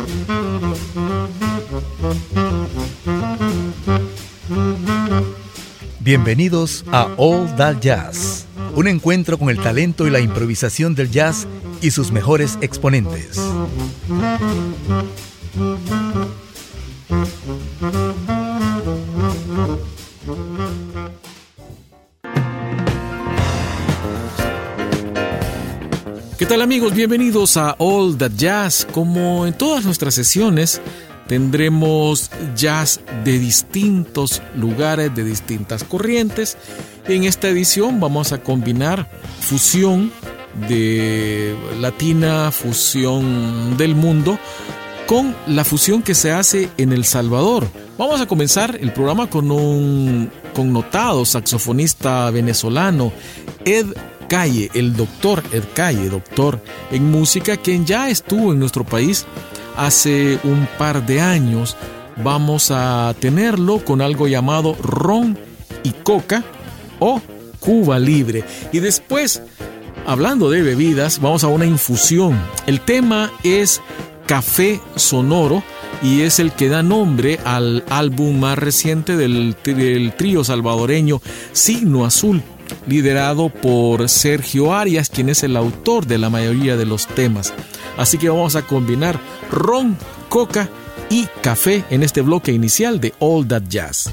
Bienvenidos a All That Jazz, un encuentro con el talento y la improvisación del jazz y sus mejores exponentes. ¿Qué tal, amigos? Bienvenidos a All That Jazz. Como en todas nuestras sesiones, tendremos jazz de distintos lugares, de distintas corrientes. En esta edición vamos a combinar fusión de latina, fusión del mundo, con la fusión que se hace en El Salvador. Vamos a comenzar el programa con un connotado saxofonista venezolano, Ed Calle, el doctor Ed Calle, doctor en música, quien ya estuvo en nuestro país hace un par de años. Vamos a tenerlo con algo llamado Ron y Coca o Cuba Libre. Y después, hablando de bebidas, vamos a una infusión. El tema es Café Sonoro y es el que da nombre al álbum más reciente del trío salvadoreño Signo Azul, liderado por Sergio Arias, quien es el autor de la mayoría de los temas. Así que vamos a combinar ron, coca y café en este bloque inicial de All That Jazz.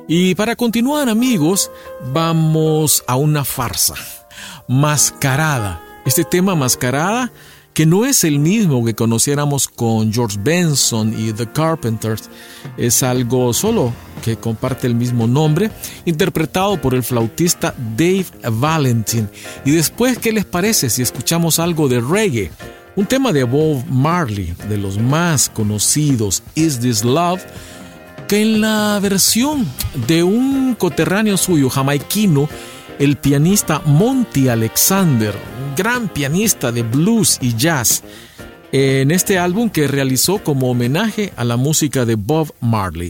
Y para continuar, amigos, vamos a una farsa. Mascarada. Este tema Mascarada, que no es el mismo que conociéramos con George Benson y The Carpenters, es algo solo que comparte el mismo nombre, interpretado por el flautista Dave Valentin. Y después, ¿qué les parece si escuchamos algo de reggae? Un tema de Bob Marley, de los más conocidos, Is This Love, que en la versión de un coterráneo suyo, jamaiquino, el pianista Monty Alexander, un gran pianista de blues y jazz, en este álbum que realizó como homenaje a la música de Bob Marley.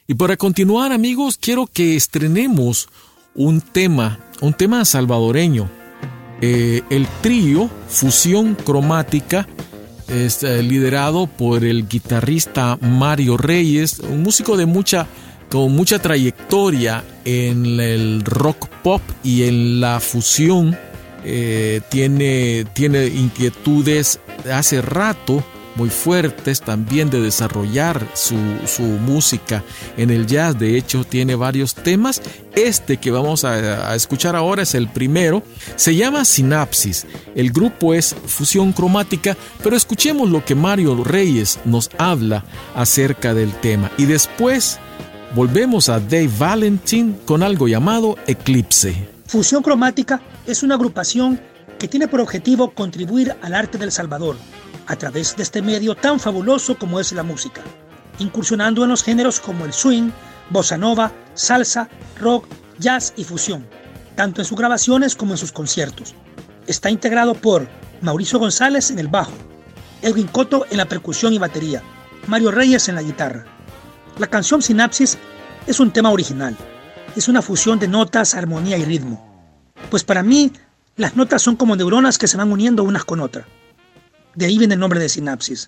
Y para continuar, amigos, quiero que estrenemos un tema salvadoreño. El trío Fusión Cromática es liderado por el guitarrista Mario Reyes, un músico con mucha trayectoria en el rock pop y en la fusión. Tiene inquietudes de hace rato muy fuertes también de desarrollar su música en el jazz. De hecho, tiene varios temas. Este que vamos a escuchar ahora es el primero. Se llama Sinapsis. El grupo es Fusión Cromática, pero escuchemos lo que Mario Reyes nos habla acerca del tema. Y después volvemos a Dave Valentin con algo llamado Eclipse. Fusión Cromática es una agrupación que tiene por objetivo contribuir al arte del Salvador a través de este medio tan fabuloso como es la música, incursionando en los géneros como el swing, bossa nova, salsa, rock, jazz y fusión, tanto en sus grabaciones como en sus conciertos. Está integrado por Mauricio González en el bajo, Edwin Cotto en la percusión y batería, Mario Reyes en la guitarra. La canción Sinapsis es un tema original, es una fusión de notas, armonía y ritmo. Pues para mí, las notas son como neuronas que se van uniendo unas con otras. De ahí viene el nombre de Sinapsis.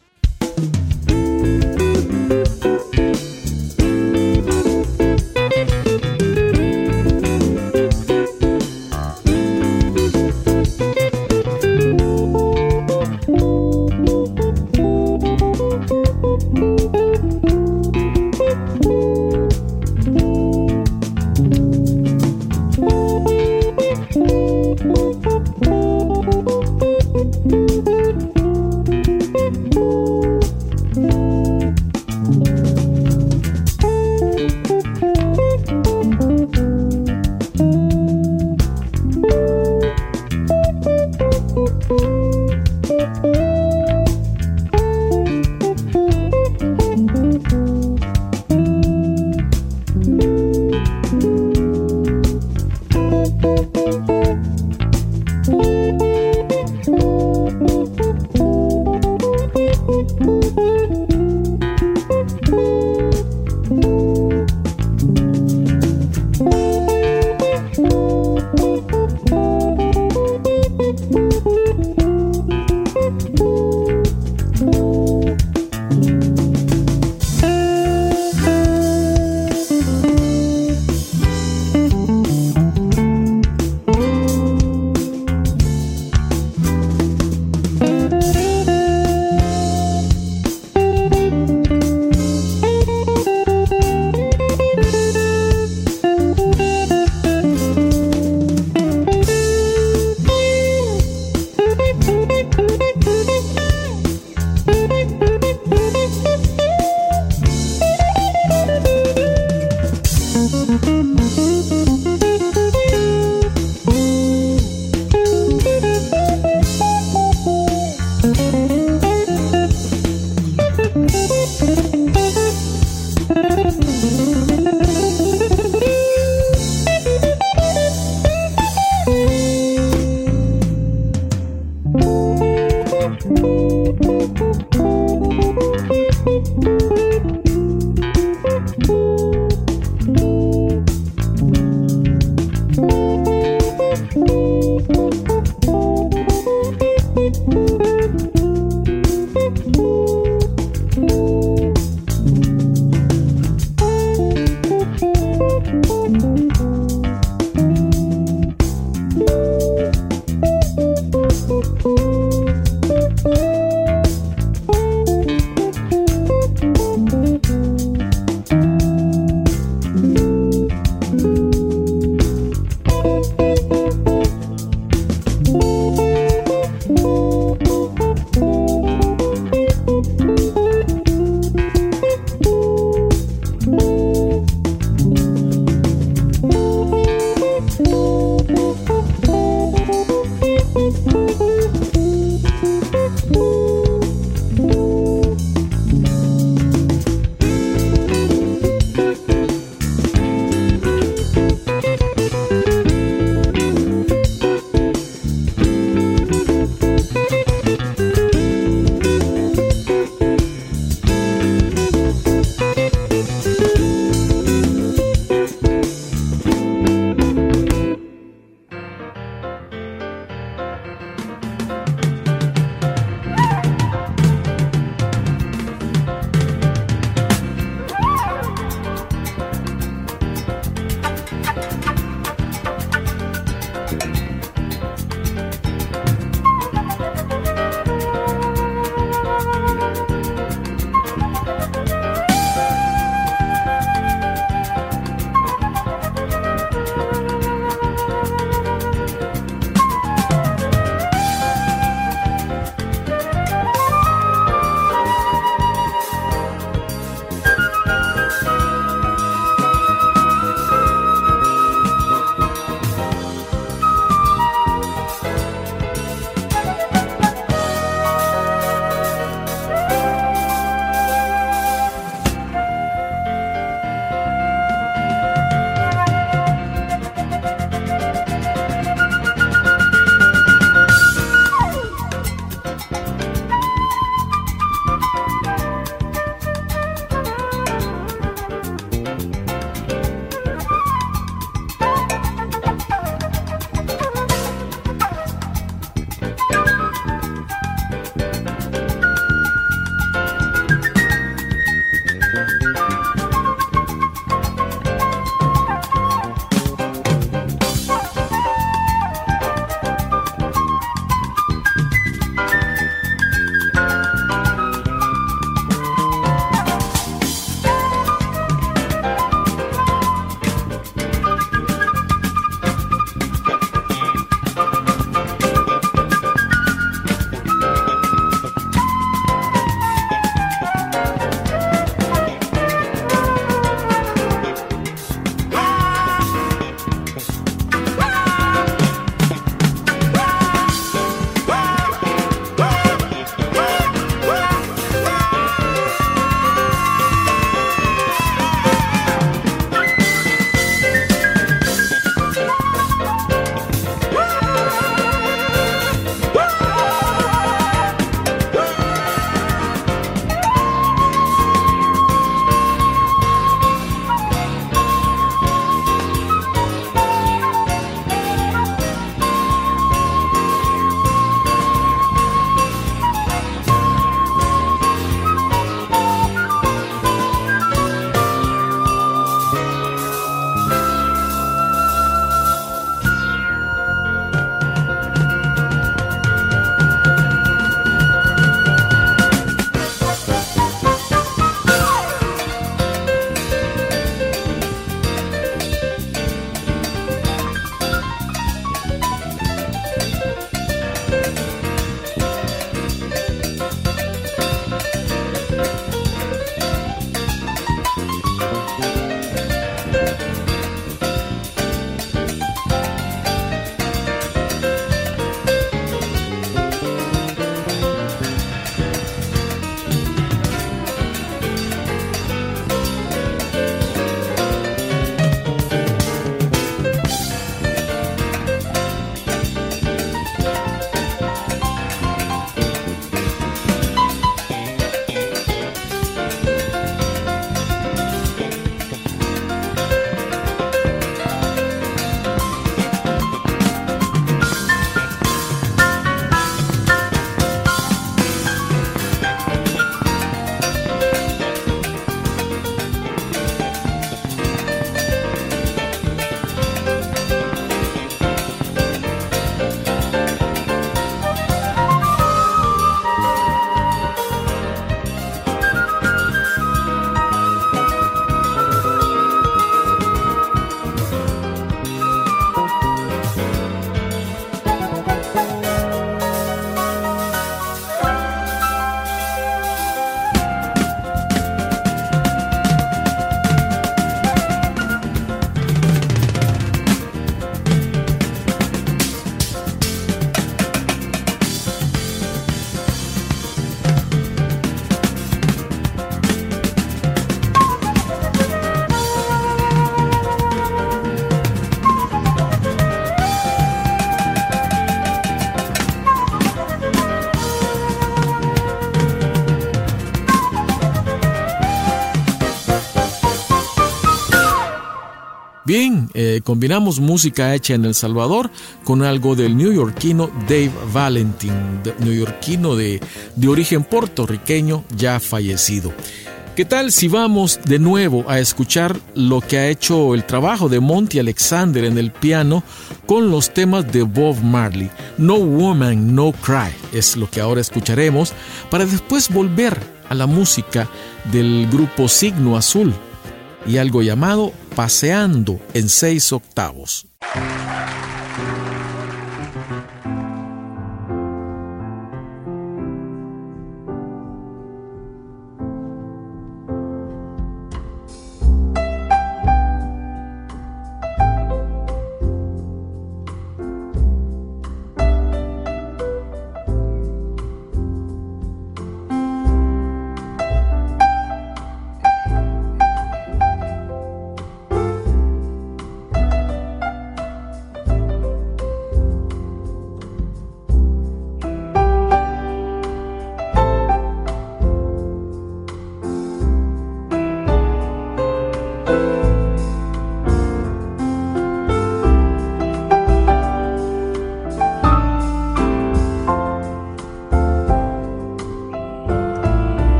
Bien, combinamos música hecha en El Salvador con algo del neoyorquino Dave Valentin, neoyorquino de origen puertorriqueño ya fallecido. ¿Qué tal si vamos de nuevo a escuchar lo que ha hecho el trabajo de Monty Alexander en el piano con los temas de Bob Marley? No Woman, No Cry es lo que ahora escucharemos, para después volver a la música del grupo Signo Azul y algo llamado Paseando en 6/8.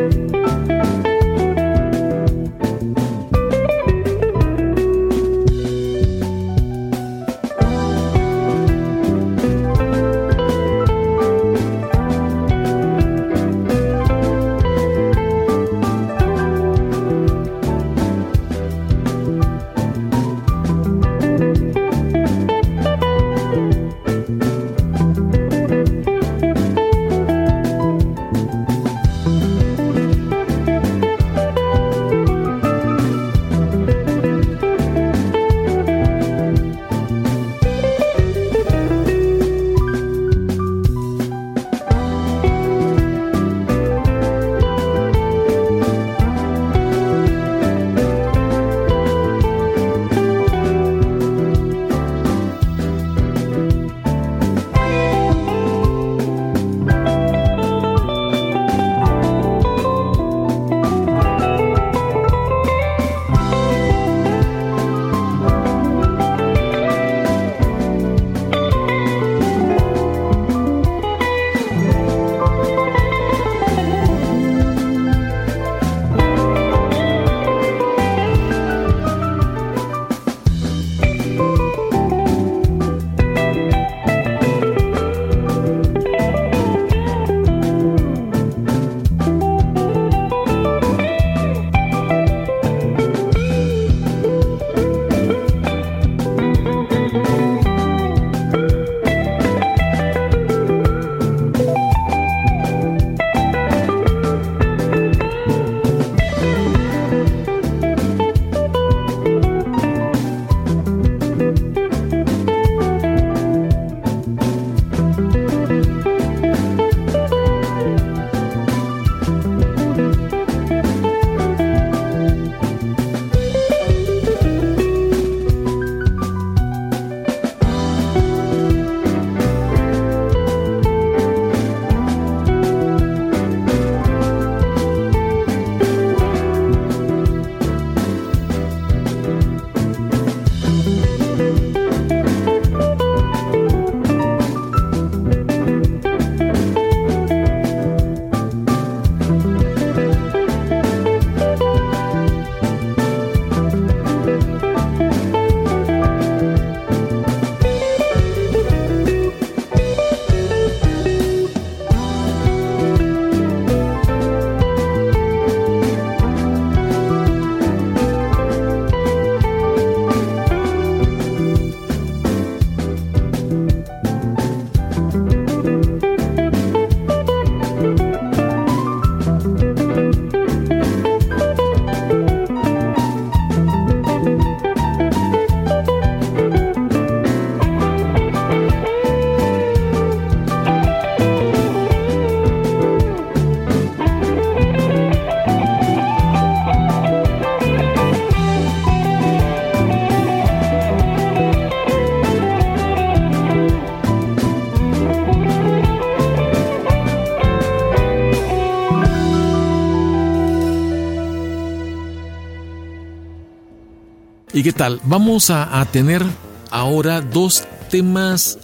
¿Y qué tal? Vamos a tener ahora dos temas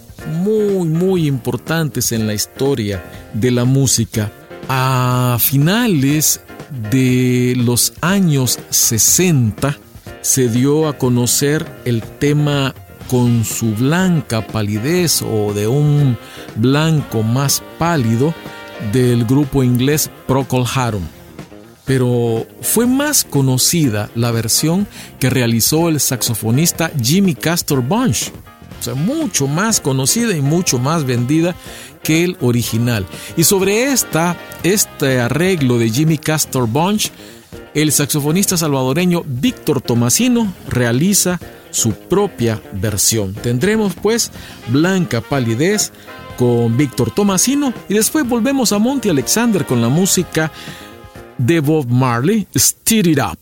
muy importantes en la historia de la música. A finales de los años 60 se dio a conocer el tema Con su blanca palidez, o de un blanco más pálido, del grupo inglés Procol Harum. Pero fue más conocida la versión que realizó el saxofonista Jimmy Castor Bunch. O sea, mucho más conocida y mucho más vendida que el original. Y sobre este arreglo de Jimmy Castor Bunch, el saxofonista salvadoreño Víctor Tomasino realiza su propia versión. Tendremos pues Blanca Palidez con Víctor Tomasino, y después volvemos a Monty Alexander con la música de Bob Marley, Stir It Up.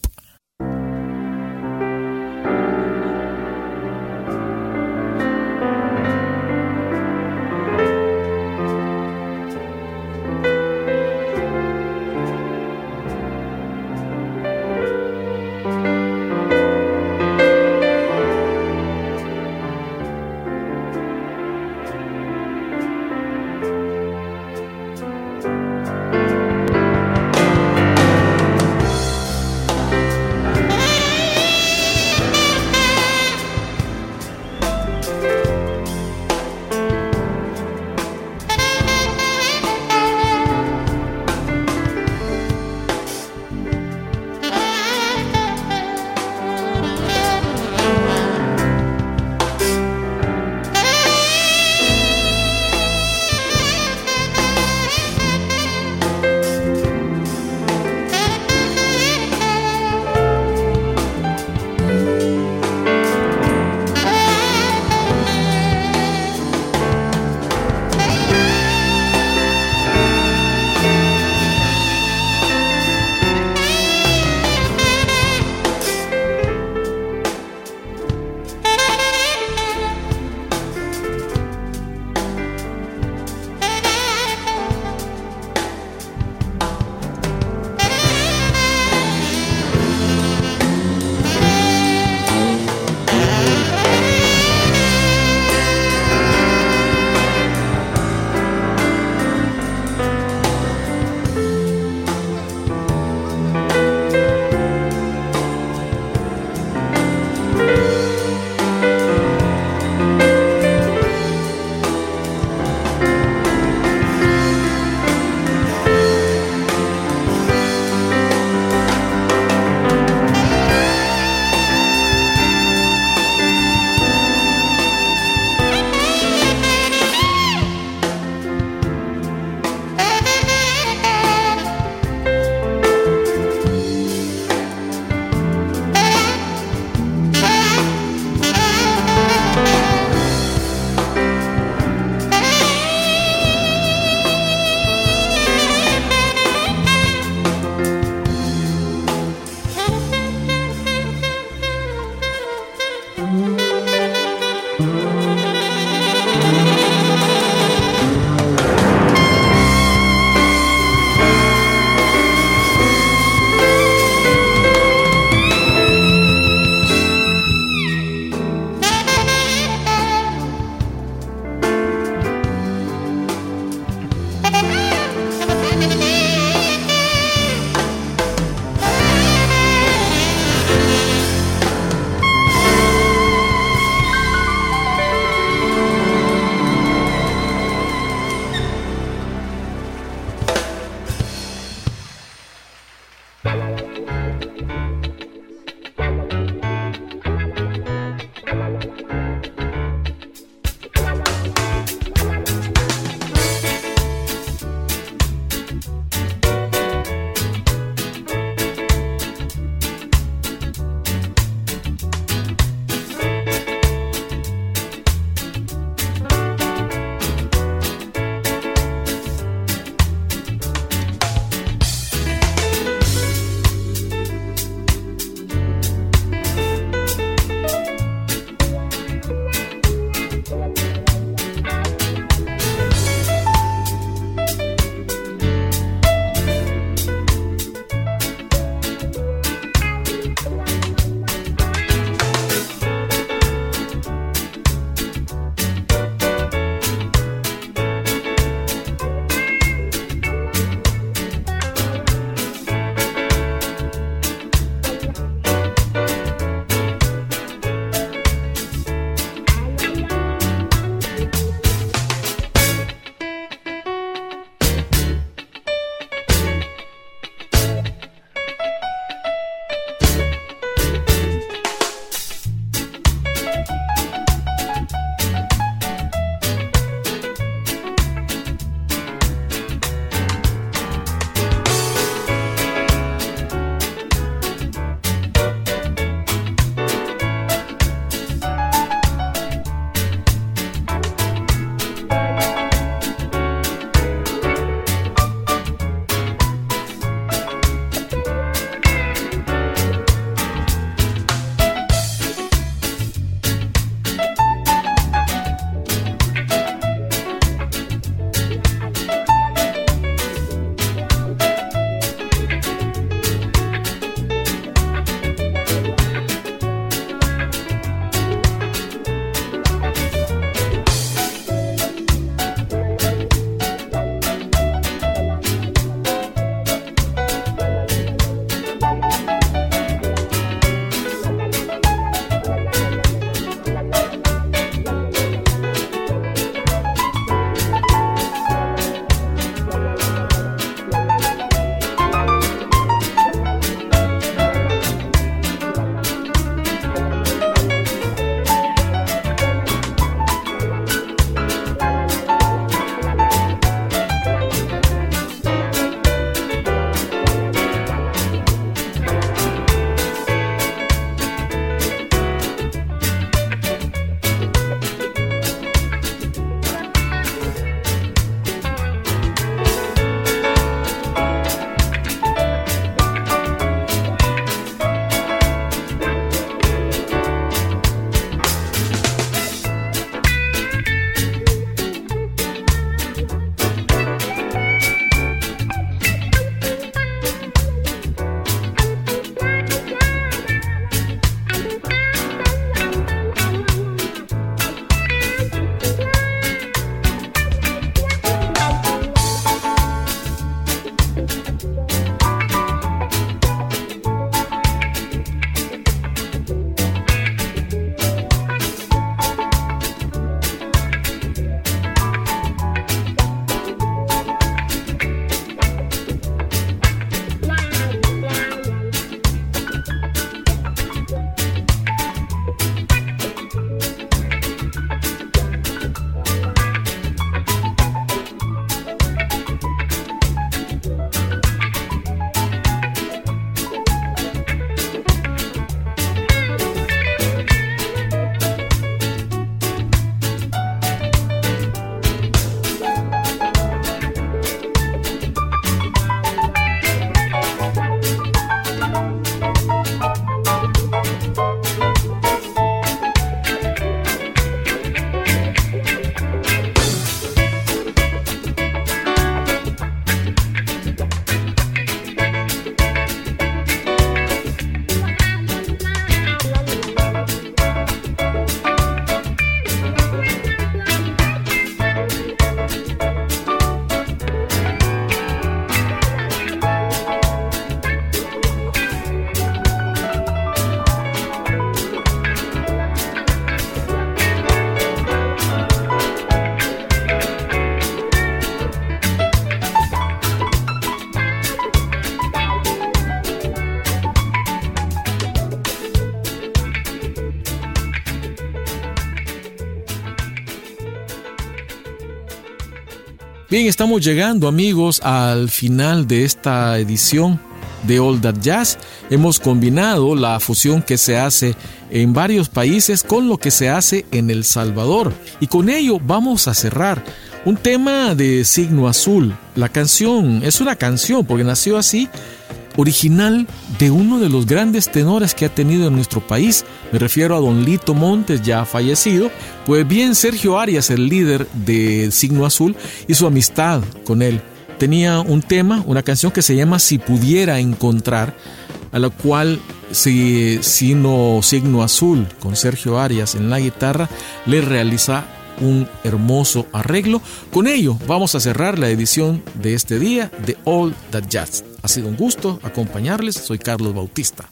Bien, estamos llegando, amigos, al final de esta edición de All That Jazz. Hemos combinado la fusión que se hace en varios países con lo que se hace en El Salvador. Y con ello vamos a cerrar un tema de Signo Azul. La canción es una canción porque nació así, original de uno de los grandes tenores que ha tenido en nuestro país. Me refiero a don Lito Montes, ya fallecido. Pues bien, Sergio Arias, el líder de Signo Azul, y su amistad con él. Tenía un tema, una canción que se llama Si Pudiera Encontrar, a la cual Signo Azul, con Sergio Arias en la guitarra, le realiza un hermoso arreglo. Con ello vamos a cerrar la edición de este día de All That Jazz. Ha sido un gusto acompañarles. Soy Carlos Bautista.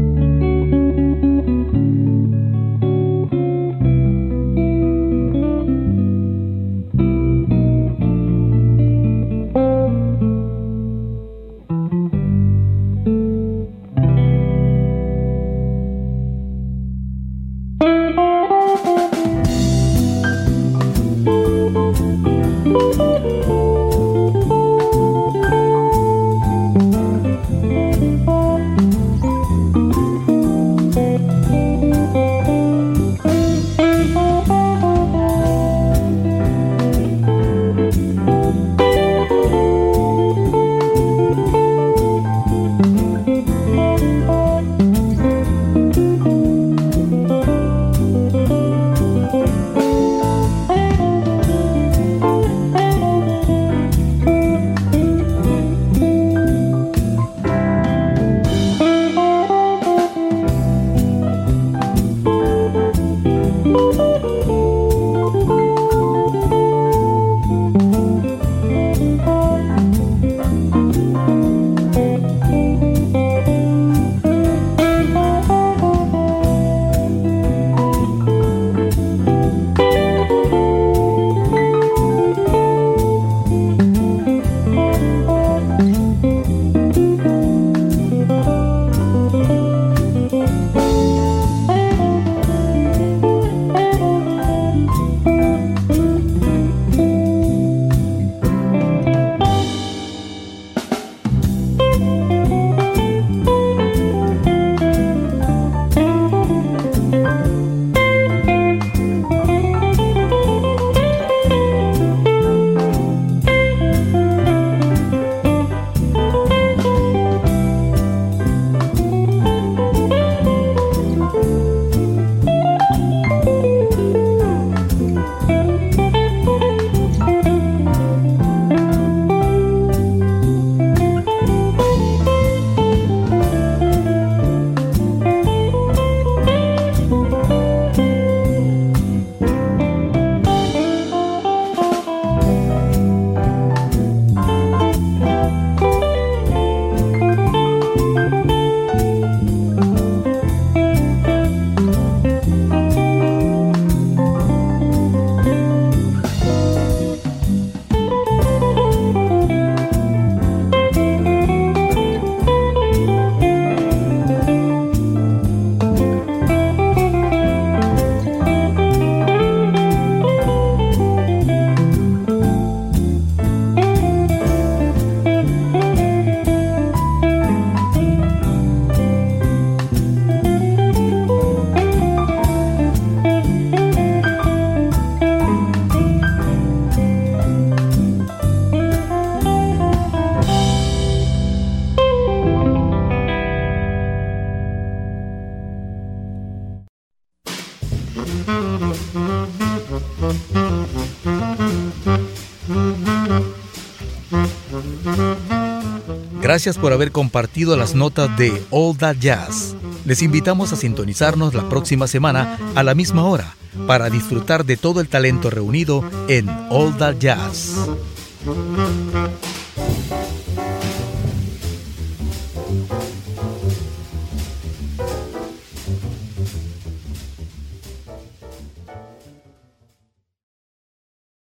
Gracias por haber compartido las notas de All That Jazz. Les invitamos a sintonizarnos la próxima semana a la misma hora para disfrutar de todo el talento reunido en All That Jazz.